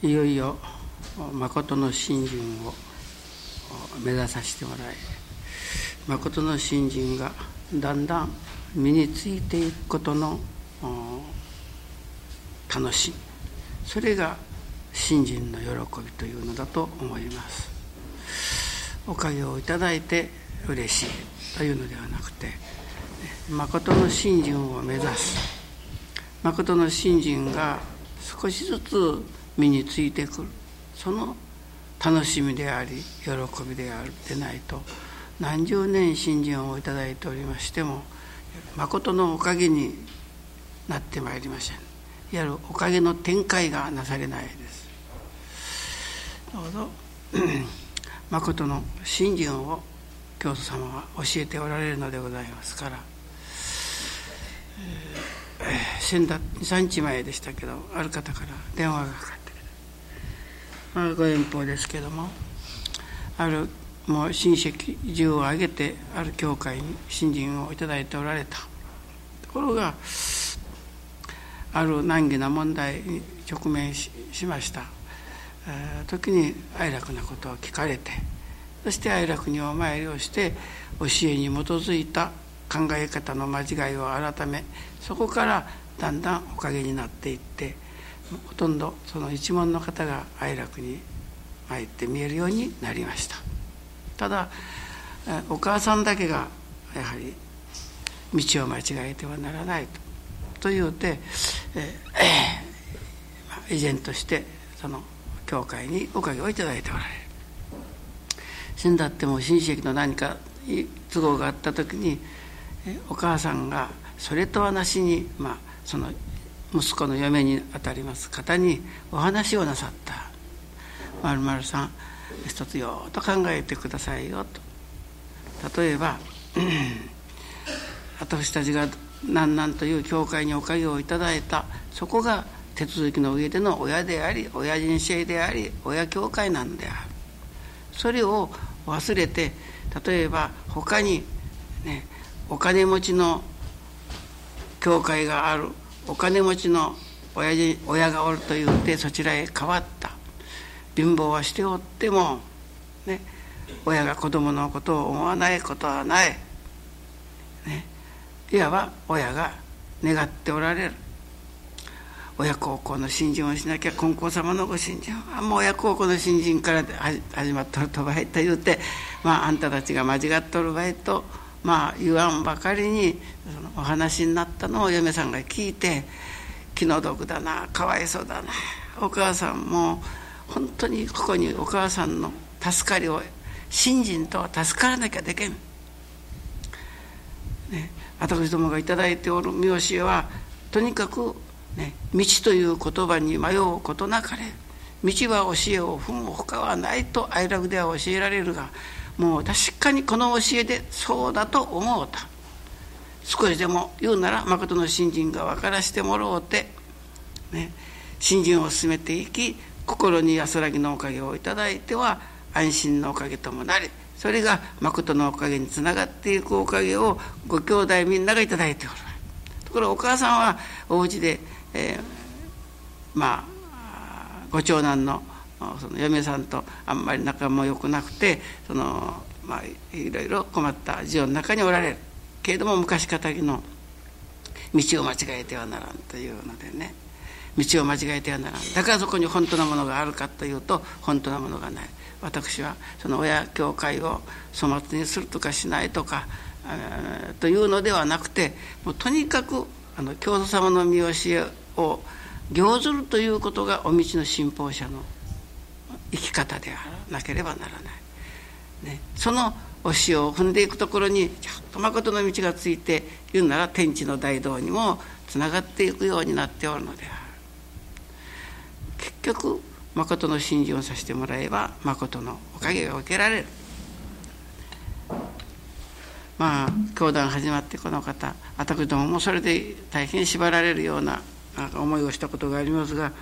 いよいよ誠の信心を目指させてもらい、誠の信心がだんだん身についていくことの楽しみ、それが信心の喜びというのだと思います。おかげをいただいて嬉しいというのではなくて、誠の信心を目指す、誠の信心が少しずつ身についてくる、その楽しみであり喜びであるでないと、何十年信心をいただいておりましても誠のおかげになってまいりません。いわゆるおかげの展開がなされないです。どうぞ誠の信心を教祖様は教えておられるのでございますから、先だ2、3日前でしたけど、ある方から電話がかかってきて、ご遠方ですけども、あるもう親戚10を挙げてある教会に信心をいただいておられた。ところがある難儀な問題に直面 しました。時に哀楽なことを聞かれて、そして哀楽にお参りをして教えに基づいた考え方の間違いを改め、そこからだんだんおかげになっていって、ほとんどその一門の方が哀楽に参って見えるようになりました。ただお母さんだけがやはり道を間違えてはならないというて、依然としてその教会におかげをいただいておられる。先だっても親戚の何か都合があった時に、お母さんがそれとはなしに、その息子の嫁にあたります方にお話をなさった。〇〇さん、一つよと考えてくださいよと。例えば私たちが南南という教会におかげをいただいた、そこが手続きの上での親であり親人生であり親教会なんである。それを忘れて、例えば他にね、お金持ちの教会がある、お金持ちの親がおるというてそちらへ変わった。貧乏はしておってもね、親が子供のことを思わないことはない、ね、いわば親が願っておられる。親孝行の信心をしなきゃ、金光様のご信心はもう親孝行の信心から始まっとるとばいと言うて、あんたたちが間違っとるばいと言わんばかりに、そのお話になったのを嫁さんが聞いて、気の毒だな、かわいそうだな、お母さんも本当にここにお母さんの助かりを信心と助からなきゃでけん、ね、私どもがいただいておる見教えはとにかく、ね、道という言葉に迷うことなかれ。道は教えを踏むほかはないと哀楽では教えられるが、もう確かにこの教えでそうだと思うた。少しでも言うなら誠の信心が分からしてもろうて、ね、信心を進めていき、心に安らぎのおかげをいただいては安心のおかげともなり、それが誠のおかげにつながっていくおかげをご兄弟みんながいただいておる。ところがお母さんはお家で、ご長男のその嫁さんとあんまり仲も良くなくて、いろいろ困った事情の中におられるけれども、昔かたぎの道を間違えてはならんというのでね、道を間違えてはならん。だからそこに本当なものがあるかというと本当なものがない。私はその親教会を粗末にするとかしないとかというのではなくて、もうとにかく教祖様の見教えを行ずるということがお道の信奉者の生き方であらなければならない、ね、その教えを踏んでいくところにちゃんと誠の道がついて言うなら天地の大道にもつながっていくようになっておるのである。結局誠の信心をさせてもらえば誠のおかげが受けられる。教団始まってこの方、私どももそれで大変縛られるような思いをしたことがありますが、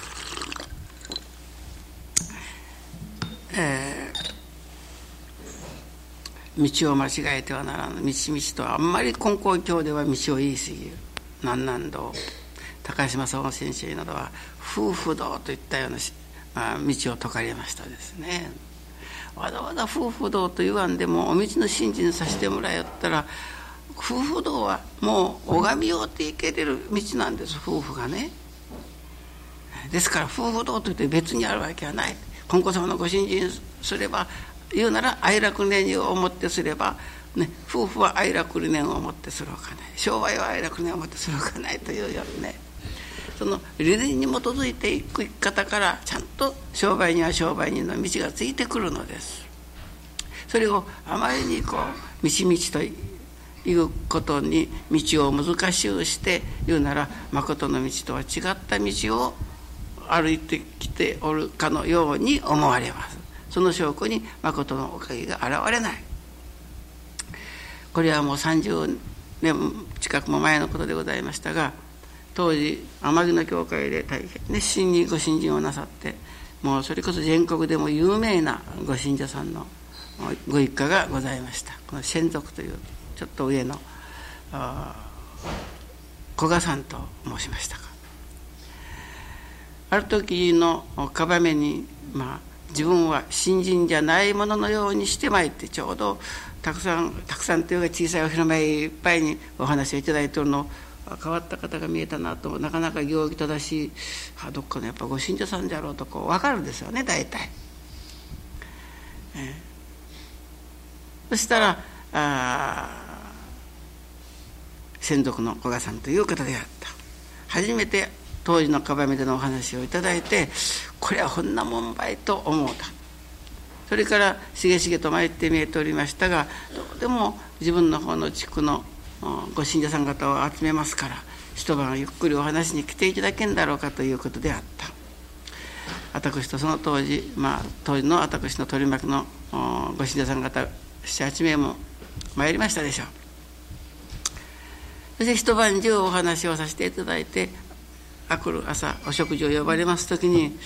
道を間違えてはならぬ、道とはあんまり金光教では道を言い過ぎる。南南道、高島総先生などは夫婦道といったような道を説かれましたですね。わざわざ夫婦道と言わんでもお道の信心させてもらえったら、夫婦道はもう拝みようっていけれる道なんです、夫婦がね。ですから夫婦道といって別にあるわけはない。金光様のご信心すれば、言うなら愛楽理念をもってすれば、ね、夫婦は愛楽理念をもってするほかない、商売は愛楽理念をもってするほかないというようにね、その理念に基づいていく生き方からちゃんと商売には商売人の道がついてくるのです。それをあまりにみちみちということに道を難しくして言うなら、誠の道とは違った道を歩いてきておるかのように思われます。その証拠に誠のおかげが現れない。これはもう30年近くも前のことでございましたが、当時天城の教会で大変熱心にご信心をなさって、もうそれこそ全国でも有名なご信者さんのご一家がございました。この専属というちょっと上の古賀さんと申しましたか。ある時のかばめに、自分は信心じゃないもののようにしてまいって、ちょうどたくさんというか小さいお披露目いっぱいにお話をいただいているのを、変わった方が見えたなと、なかなか行儀正しい、どっかのやっぱご信者さんじゃろうと分かるんですよね、大体。そしたら専属の古賀さんという方であった。初めて当時のかばめでのお話をいただいて、これはほんなもんばいと思うた。それからしげしげと参って見えておりましたが、どうでも自分の方の地区のご信者さん方を集めますから、一晩ゆっくりお話に来ていただけんだろうかということであった。私とその当時、当時の私の取り巻きのご信者さん方 7,8 名も参りましたでしょう。そして一晩中お話をさせていただいて、あくる朝お食事を呼ばれますときに、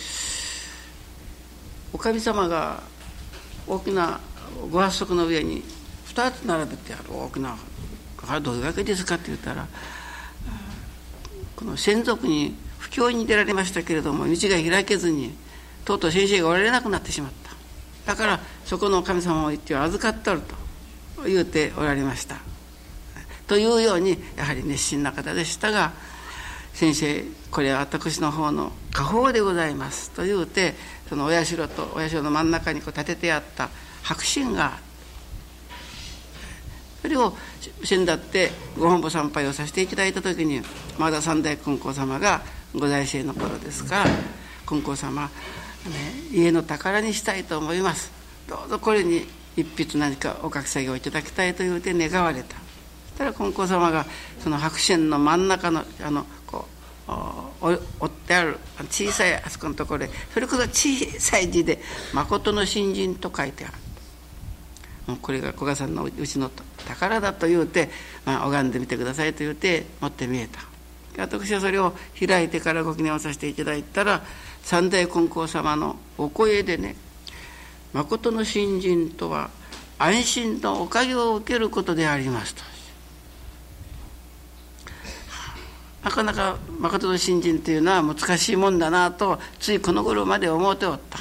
お神様が大きなご発足の上に2つ並べてある大きな、どういうわけですかって言ったら、この専属に布教に出られましたけれども、道が開けずにとうとう先生がおられなくなってしまった。だからそこの神様を一応預かっておると言うておられました。というようにやはり熱心な方でしたが、先生これは私の方の家宝でございますと言うて、そのお社の真ん中に立ててあった白真が、それを先だってご本母参拝をさせていただいた時に、まだ三代金光様がご在世の頃ですから、金光様、家の宝にしたいと思います、どうぞこれに一筆何かお書き下げをいただきたいと言うて願われた。そしたら金光様がその白真の真ん中の折ってある小さいあそこのところで、それこそ小さい字で誠の信心と書いてある。もうこれが古賀さんのうちの宝だと言うて、拝んでみてくださいと言うて持って見えた。私はそれを開いてからご記念をさせていただいたら、三代金光様のお声でね、誠の信心とは安心のおかげを受けることでありますと。なかなか誠の信心というのは難しいもんだなと、ついこの頃まで思っておった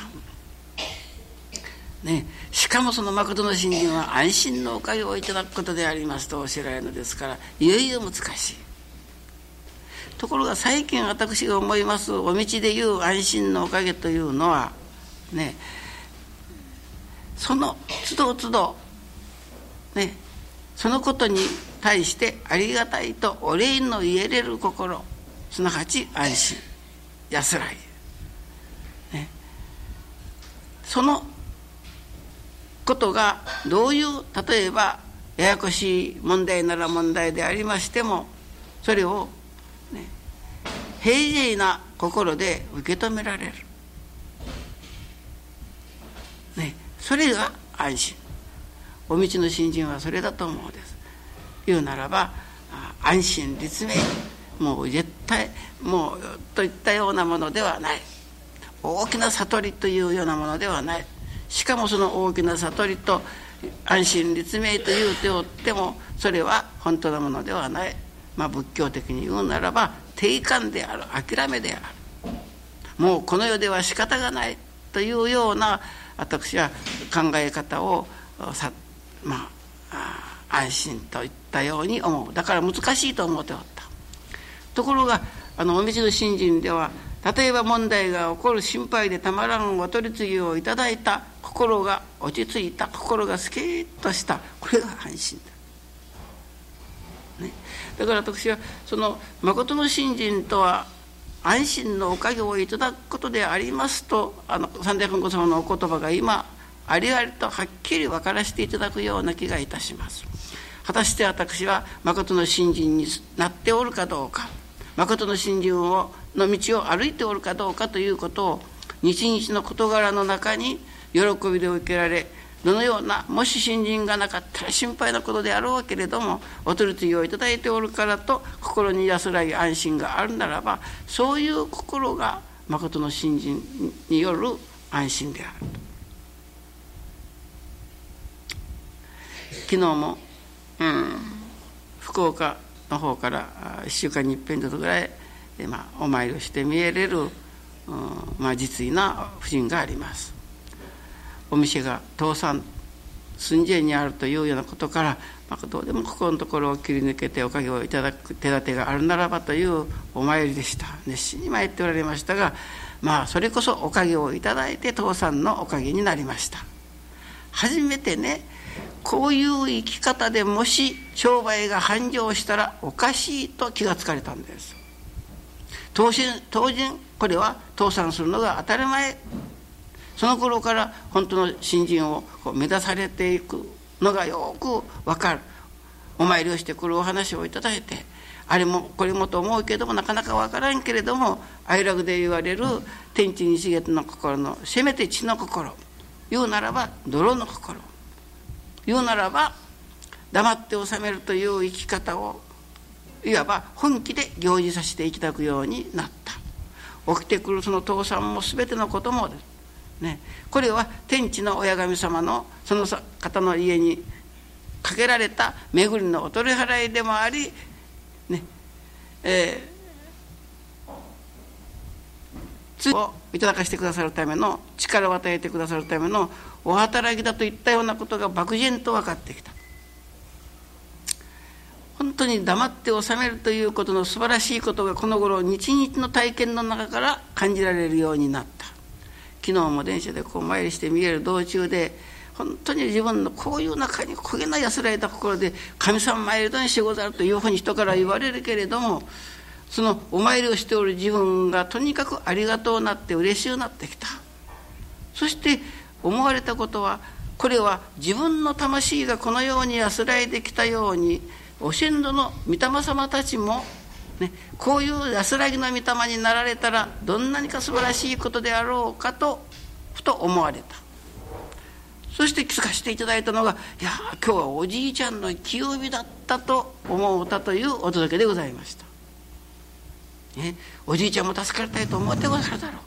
ね。しかもその誠の信心は安心のおかげをいただくことでありますとおっしゃられるのですから、いよいよ難しい。ところが最近私が思いますお道でいう安心のおかげというのはね、その都度都度ね、そのことに対してありがたいとお礼の言えれる心、すなわち安心安らぎ、ね、そのことがどういう、例えばややこしい問題なら問題でありましても、それを、ね、平静な心で受け止められる、ね、それが安心。お道の信心はそれだと思うです。言うならば安心立命、もう絶対もうといったようなものではない、大きな悟りというようなものではない。しかもその大きな悟りと安心立命というておっても、それは本当のものではない。仏教的に言うならば定観である、諦めである。 もうこの世では仕方がないというような私は考え方を安心といったように思う。だから難しいと思っておった。ところがお道の信心では、例えば問題が起こる心配でたまらんお取り次ぎをいただいた、心が落ち着いた、心がスケーッとした、これが安心だ、ね、だから私はその誠の信心とは安心のおかげをいただくことでありますと、三代本願様のお言葉が今ありありとはっきり分からせていただくような気がいたします。果たして私は誠の信心になっておるかどうか、誠の信心の道を歩いておるかどうかということを日々の事柄の中に喜びで受けられ、どのようなもし信心がなかったら心配なことであろうけれども、お取り次ぎをいただいておるからと心に安らぎ安心があるならば、そういう心が誠の信心による安心である。昨日も、福岡の方から1週間に一遍ずつぐらい、お参りをして見えれる、実意な婦人があります。お店が倒産寸前にあるというようなことから、どうでもここのところを切り抜けておかげをいただく手立てがあるならばというお参りでした。熱心に参っておられましたが、それこそおかげをいただいて倒産のおかげになりました。初めてね、こういう生き方でもし商売が繁盛したらおかしいと気がつかれたんです。当然これは倒産するのが当たり前。その頃から本当の信心を目指されていくのがよく分かる。お参りをしてくるお話をいただいて、あれもこれもと思うけどもなかなか分からんけれども、哀楽で言われる天地日月の心のせめて地の心、言うならば泥の心、言うならば黙って収めるという生き方をいわば本気で行事させていただくようになった。起きてくるその倒産も全てのこともね、これは天地の親神様のその方の家にかけられた巡りのお取り払いでもあり、罪をいただかせてくださるための力を与えてくださるためのお働きだといったようなことが漠然と分かってきた。本当に黙って収めるということの素晴らしいことがこの頃日々の体験の中から感じられるようになった。昨日も電車でお参りして見える道中で、本当に自分のこういう中に焦げな安らいだ心で神様参りどにしてござるというふうに人から言われるけれども、そのお参りをしておる自分がとにかくありがとうなって嬉しゅうなってきた。そして思われたことは、これは自分の魂がこのように安らいできたように、お先祖の御霊様たちもこういう安らぎの御霊になられたらどんなにか素晴らしいことであろうかとふと思われた。そして気づかせていただいたのが、いや今日はおじいちゃんの清日だったと思うたというお届けでございました。おじいちゃんも助かりたいと思ってござるだろ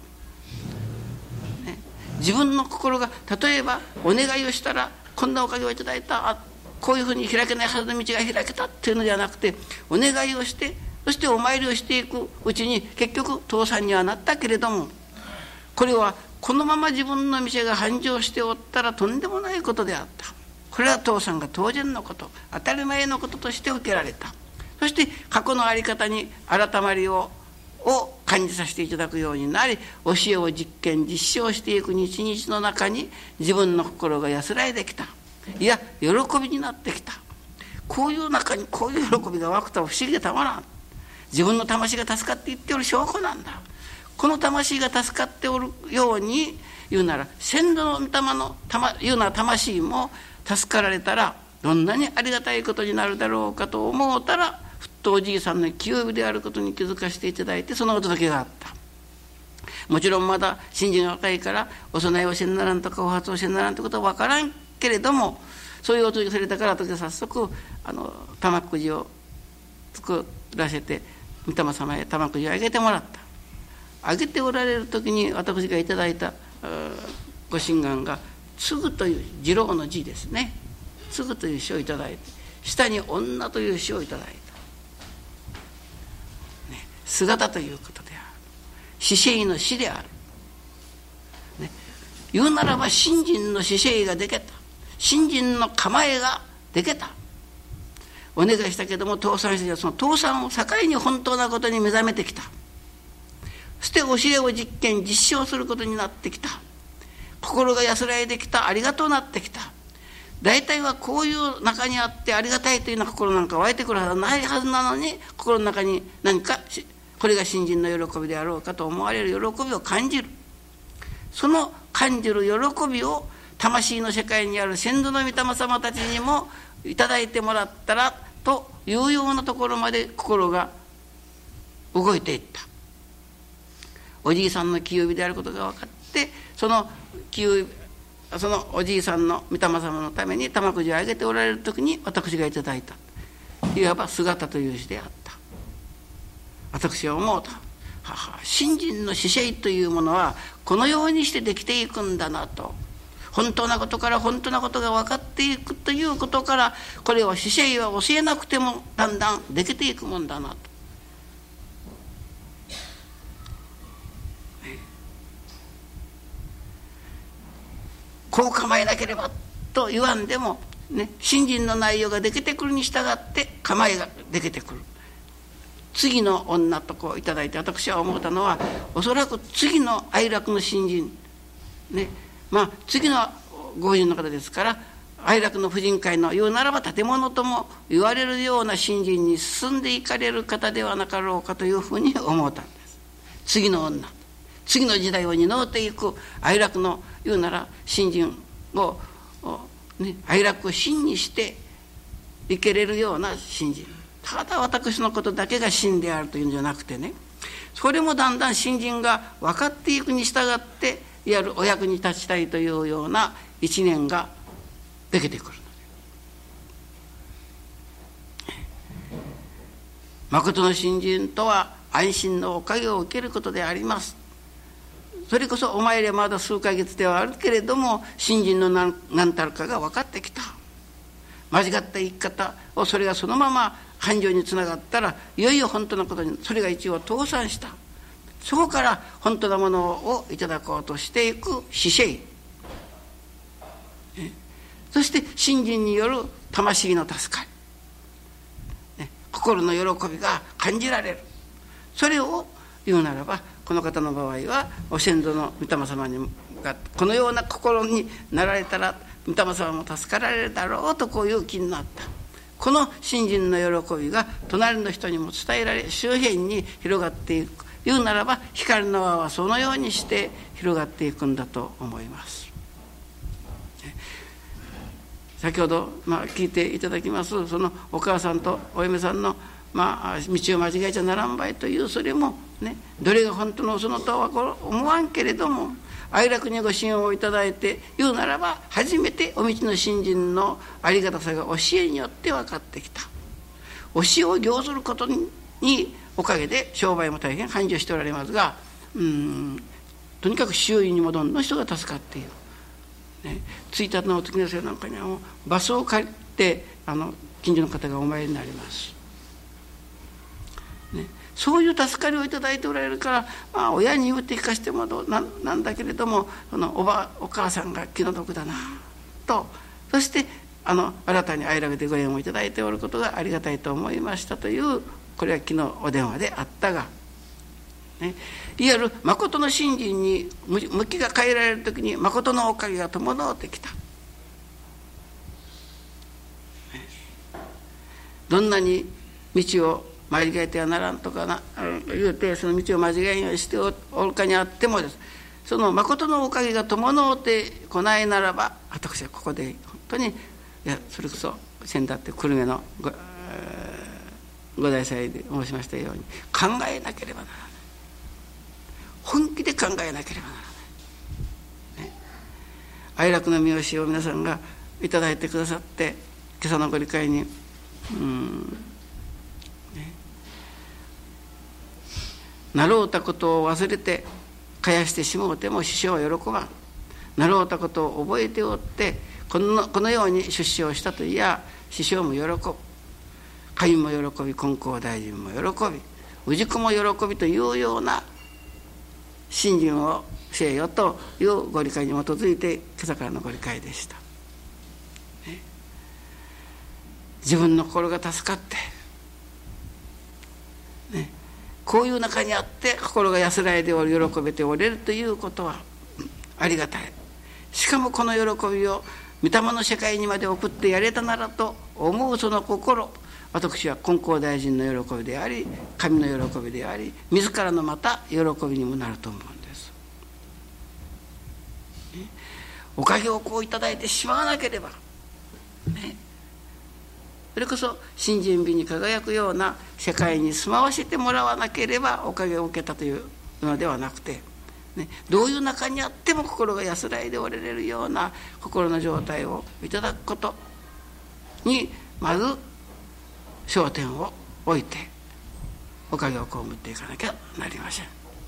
う、自分の心が例えばお願いをしたらこんなおかげをいただいた、こういうふうに開けないはずの道が開けたっていうのではなくて、お願いをしてそしてお参りをしていくうちに結局倒産にはなったけれども、これはこのまま自分の店が繁盛しておったらとんでもないことであった。これは倒産が当然のこと、当たり前のこととして受けられた。そして過去の在り方に改まりを感じさせていただくようになり、教えを実験実証していく日々の中に自分の心が安らいできた。いや喜びになってきた。こういう中にこういう喜びが湧くとは不思議でたまらん。自分の魂が助かっていっておる証拠なんだ。この魂が助かっておるように言うなら、先祖の御霊の言うなら魂も助かられたらどんなにありがたいことになるだろうかと思うたら、ふっとおじいさんの清日であることに気づかせていただいて、そのお届けがあった。もちろんまだ信心が若いからお供えをせんならんとかお初をせんならんということは分からんけれども、そういうお届けされたから私は早速玉くじを作らせて御霊様へ玉くじをあげてもらった。あげておられる時に私がいただいたご神願が継ぐという次郎の字ですね。継ぐという詩をいただいて、下に女という詩をいただいた、姿ということである。 死生の死である、ね、言うならば信心の死生ができた、信心の構えができた。お願いしたけども倒産して、その倒産を境に本当なことに目覚めてきた。そして教えを実験実証することになってきた。心が安らいできた、ありがとうなってきた。大体はこういう中にあってありがたいというような心なんか湧いてくるはずないはずなのに、心の中に何かこれが信心の喜びであろうかと思われる喜びを感じる。その感じる喜びを魂の世界にある先祖の御霊様たちにもいただいてもらったらというようなところまで心が動いていった。おじいさんの清指であることが分かって、そのおじいさんの御霊様のために玉くじをあげておられる時に私がいただいた、いわば姿という字であった。私は思うと、信心の死生というものはこのようにしてできていくんだなと。本当なことから本当なことが分かっていくということから、これを死生は教えなくてもだんだんできていくもんだなと。こう構えなければと言わんでも、ね、信心の内容ができてくるに従って構えができてくる。次の女とこういただいて、私は思ったのは、おそらく次の哀楽の信心、ね、次のご婦人の方ですから、哀楽の婦人会の言うならば建物とも言われるような信心に進んでいかれる方ではなかろうかというふうに思ったんです。次の女、次の時代を担っていく哀楽の言うなら信心を、ね、哀楽を真にしていけれるような信心。ただ私のことだけが真であるというんじゃなくてね、それもだんだん信心が分かっていくに従ってやるお役に立ちたいというような一年ができてくるので、誠の信心とは安心のおかげを受けることであります。それこそお前らまだ数ヶ月ではあるけれども、信心の何たるかが分かってきた。間違った生き方を、それがそのまま繁盛につながったら、いよいよ本当のことに、それが一応倒産した。そこから本当のものをいただこうとしていく死生、そして信心による魂の助かり、心の喜びが感じられる。それを言うならば、この方の場合はお先祖の御霊様がこのような心になられたら御霊様も助かられるだろうと、こういう気になった。この信心の喜びが隣の人にも伝えられ、周辺に広がっていく。言うならば光の輪はそのようにして広がっていくんだと思います。先ほど聞いていただきます、そのお母さんとお嫁さんの道を間違えちゃならんばいという、それもね、どれが本当のそのとは思わんけれども、哀楽にご支援をいただいて、言うならば初めてお道の信心のありがたさが教えによって分かってきた。教えを行することにおかげで商売も大変繁盛しておられますが、とにかく周囲にもどんどん人が助かっている、ね、1日のお月のせいなんかにはもうバスを借りて近所の方がお参りになります、ね、そういう助かりをいただいておられるから、親に言うて聞かしてもなんだけれども、お母さんが気の毒だなと、そして新たに愛楽でご縁をいただいておることがありがたいと思いましたという、これは昨日お電話であったが、ね、いわゆる誠の信心に向きが変えられるときに誠のおかげが伴ってきた。どんなに道を間違えてはならんとか言うて、その道を間違えんようにしておるかにあってもです、その誠のおかげが伴ってこないならば、私はここで本当に、それこそ先だって久留米のご大祭で申しましたように、考えなければならない。本気で考えなければならない、ね、哀楽の御教を皆さんがいただいてくださって、今朝のご理解になろうたことを忘れてかやしてしもうても師匠は喜ばん。なろうたことを覚えておってこのように出世をしたといや、師匠も喜ぶ、神も喜び、金光大臣も喜び、氏子も喜びというような信心をせよというご理解に基づいて今朝からのご理解でした。自分の心が助かって、こういう中にあって心が安らいでおる、喜べておれるということはありがたい。しかもこの喜びを御霊の世界にまで送ってやれたならと思うその心、私は金光大臣の喜びであり、神の喜びであり、自らのまた喜びにもなると思うんです。おかげをこういただいてしまわなければ、それこそ信心美に輝くような世界に住まわせてもらわなければおかげを受けたというのではなくて、どういう中にあっても心が安らいでおれるような心の状態をいただくことにまず焦点を置いておかげを被っていかなきゃなりません。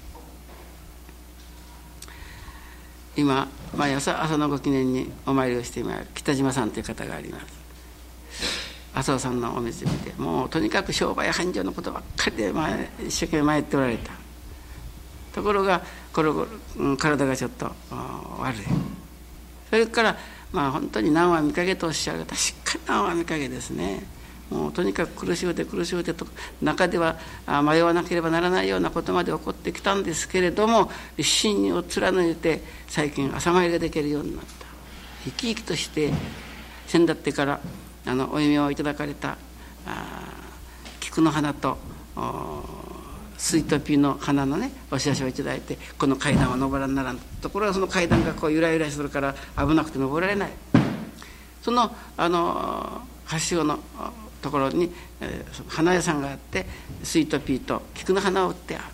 今毎朝朝のご記念にお参りをしている北島さんという方があります。麻生さんのお店見て、もうとにかく商売繁盛のことばっかりで一生懸命参っておられた。ところが体がちょっと悪い。それから本当に何は見かけとおっしゃる方、しっかり何は見かけですね。もうとにかく苦しゅうてと中では迷わなければならないようなことまで起こってきたんですけれども、信を貫いて最近朝参りができるようになった。生き生きとして先だってからお夢をいただかれた菊の花とスイートピーの花のお知らせをいただいて、この階段を登らんならんところが、その階段がこうゆらゆらするから危なくて登られない。そのはしごのところに、花屋さんがあって、スイートピーと菊の花を売ってある。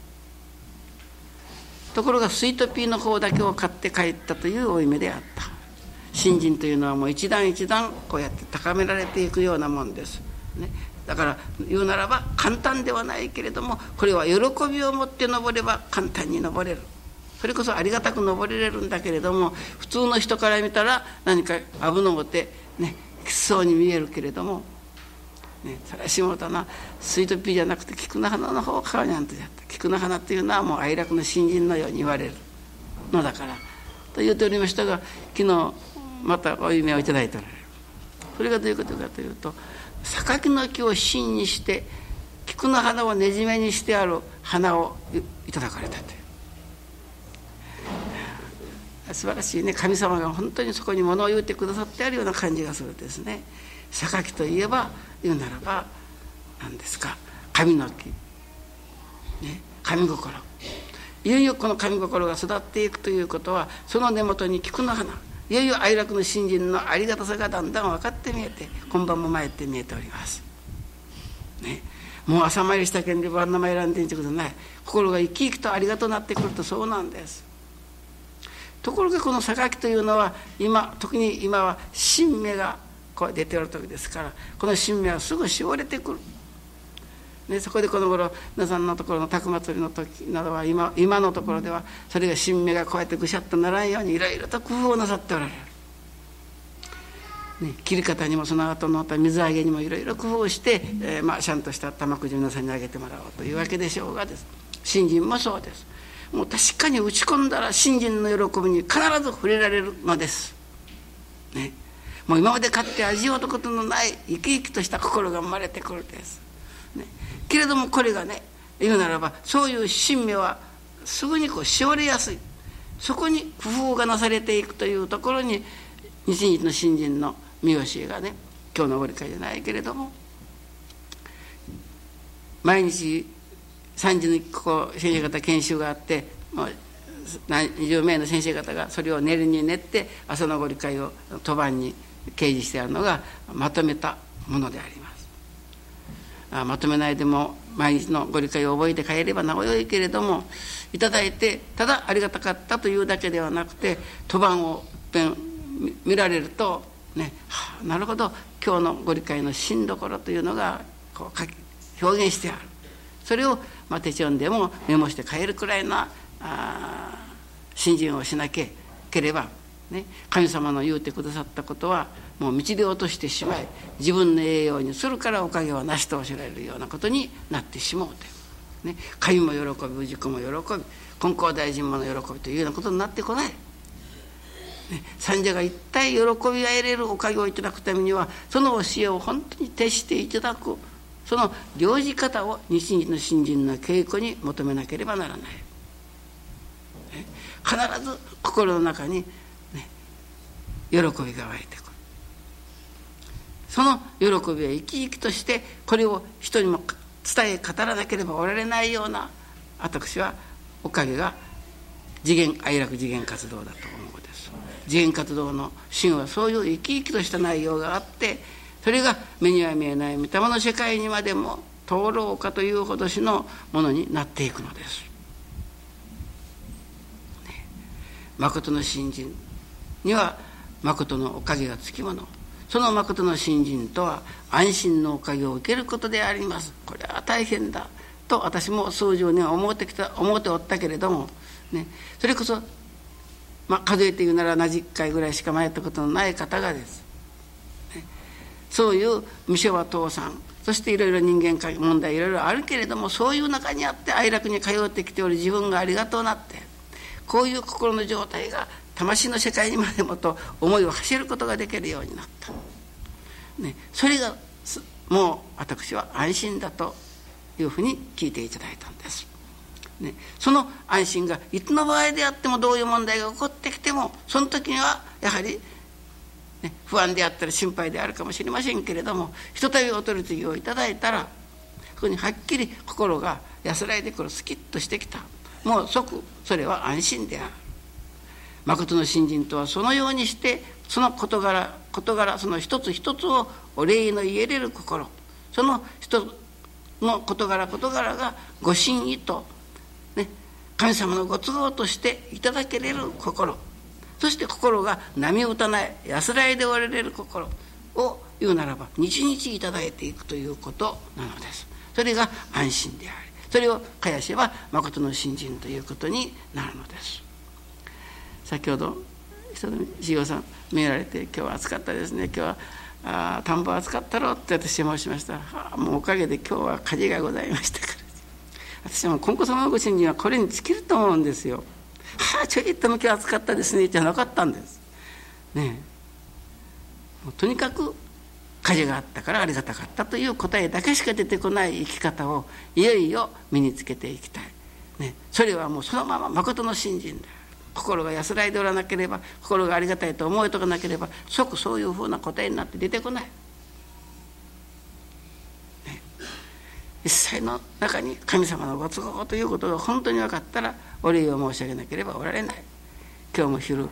ところがスイートピーの方だけを買って帰ったというお夢であった。信心というのはもう一段一段こうやって高められていくようなもんです、だから言うならば簡単ではないけれども、これは喜びを持って登れば簡単に登れる。それこそありがたく登れるんだけれども、普通の人から見たら何か危のごてきつそうに見えるけれども、それはしもたな、スイートピーじゃなくて菊の花の方を買うにゃんとやった。菊の花っていうのはもう哀楽の信心のように言われるのだからと言っておりましたが、昨日またお夢をいただいておられる。それがどういうことかというと、榊の木を芯にして菊の花をねじめにしてある花をいただかれたという、素晴らしい神様が本当にそこに物を言ってくださってあるような感じがするですね。榊といえば言うならば何ですか、神の木、神心。いよいよこの神心が育っていくということは、その根元に菊の花、いよいよ哀楽の信心のありがたさがだんだん分かって見えて、今晩も参って見えております、もう朝参りしたけんで晩の参らんでんということない。心が生き生きとありがとうなってくるとそうなんです。ところがこの榊というのは特に今は新芽がこう出ておる時ですから、この新芽はすぐ絞れてくる、そこでこの頃皆さんのところの宅祭りの時などは今のところではそれが新芽がこうやってぐしゃっとならんようにいろいろと工夫をなさっておられる、切り方にもその後の水揚げにもいろいろ工夫をして、ちゃんとした玉くじ皆さんにあげてもらおうというわけでしょうがです。信心もそうです。もう確かに打ち込んだら信心の喜びに必ず触れられるのです、もう今まで買って味わうことのない生き生きとした心が生まれてくるんです、けれどもこれが言うならばそういう新芽はすぐにしおれやすい。そこに工夫がなされていくというところに日々の信心の見教えが今日のご理解じゃないけれども、毎日3時に先生方研修があって、何十名の先生方がそれを練りに練って朝のご理解を当番に掲示してあるのがまとめたものであります。まとめないでも毎日のご理解を覚えて帰ればなおよいけれども、いただいてただありがたかったというだけではなくて、当番をいっぺん見られるとなるほど、今日のご理解の芯どころというのが表現してある。それを手帳でもメモして帰るくらいな信心をしなければ、神様の言うてくださったことはもう道で落としてしまい、自分の栄養にするからおかげはなしとおっしゃられるようなことになってしまうという、 ね、神も喜び、氏子も喜び、金光大臣もの喜びというようなことになってこない。三者が一体喜びが得れるおかげをいただくためには、その教えを本当に徹していただく、その領じ方を日々の信心の稽古に求めなければならない。必ず心の中に、ね、喜びが湧いてくる。その喜びは生き生きとしてこれを人にも伝え語らなければおられないような、私はおかげが愛楽次元活動だと思うです。次元活動の真はそういう生き生きとした内容があって、それが目には見えない御霊の世界にまでも通ろうかというほどしのものになっていくのです。誠の信心には誠のおかげがつきもの。その誠の信心とは安心のおかげを受けることであります。これは大変だと私も数十年思っておったけれども、ね、それこそ、数えて言うなら70回ぐらいしか迷ったことのない方がです、ね、そういう未所は倒産、そしていろいろ人間問題いろいろあるけれども、そういう中にあって愛楽に通ってきておる自分がありがとうなって、こういう心の状態が魂の世界にまでもと思いを走ることができるようになった、ね、それがもう私は安心だというふうに聞いていただいたんです、ね、その安心がいつの場合であってもどういう問題が起こってきても、その時にはやはり、ね、不安であったり心配であるかもしれませんけれども、ひとたびお取り次ぎをいただいたらそこにはっきり心が安らいでくる、スキッとしてきた、もう即それは安心である。誠の信心とはそのようにしてその事柄その一つ一つをお礼の言えれる心、その一つの事柄がご神意と、ね、神様のご都合としていただけれる心、そして心が波打たない安らいでおられる心を言うならば日々いただいていくということなのです。それが安心であり、それをかやせば誠の信心ということになるのです。先ほど修行さん見られて、今日は暑かったですね、今日は田んぼ暑かったろうって私申しましたら、もうおかげで今日は火事がございましたから、私は金光様のご信心はこれに尽きると思うんですよ。ちょいとも今日暑かったですねじゃなかったんですね。もうとにかく火事があったからありがたかったという答えだけしか出てこない生き方をいよいよ身につけていきたい、ね、それはもうそのまま誠の信心だ。心が安らいでおらなければ、心がありがたいと思えとかなければ、即そういうふうな答えになって出てこない、ね、一切の中に神様のご都合ということが本当に分かったらお礼を申し上げなければおられない。今日も昼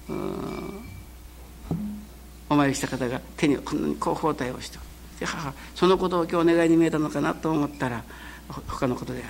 お参りした方が手にこんなにこう包帯をして、そのことを今日願いに見えたのかなと思ったら他のことであった。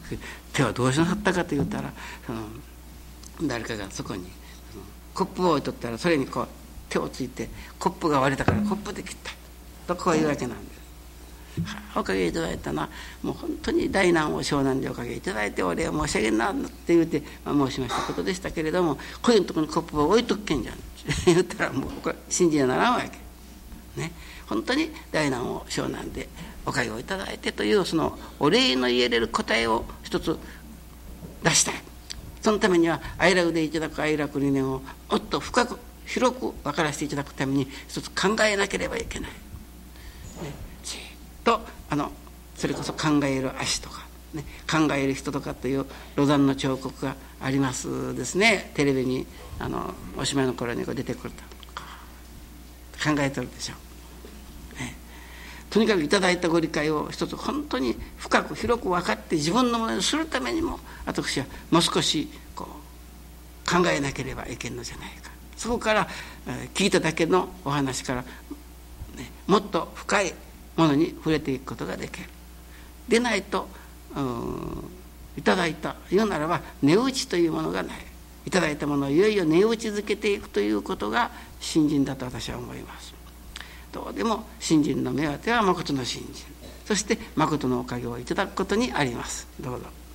手はどうしなさったかと言ったら、誰かがそこにコップを置いとったら、それにこう手をついてコップが割れたからコップで切ったとこういうわけなんです。おかげいただいたな、もう本当に大難を小難でおかげいただいてお礼を申し上げんなって言うて、申しましたことでしたけれども、こういうところにコップを置いとくけんじゃんって言ったら、もうこれ信じにならんわけね。本当に大難を小難でおかげをいただいてという、そのお礼の言えれる答えを一つ出したい。そのためには愛楽でいただく愛楽理念をもっと深く広く分からせていただくために一つ考えなければいけない、ね、じっとそれこそ考える足とか、ね、考える人とかというロザンの彫刻がありますですね。テレビにおしまいの頃に出てくると考えてるでしょう、ね、とにかくいただいたご理解を一つ本当に深く広く分かって自分のものにするためにも、私はもう少し考えなければいけんのじゃないか。そこから聞いただけのお話から、ね、もっと深いものに触れていくことができる。でないといただいた言うならば値打ちというものがない。いただいたものをいよいよ値打ちづけていくということが信心だと私は思います。どうでも信心の目当ては誠の信心、そして誠のおかげをいただくことにあります。どうぞ。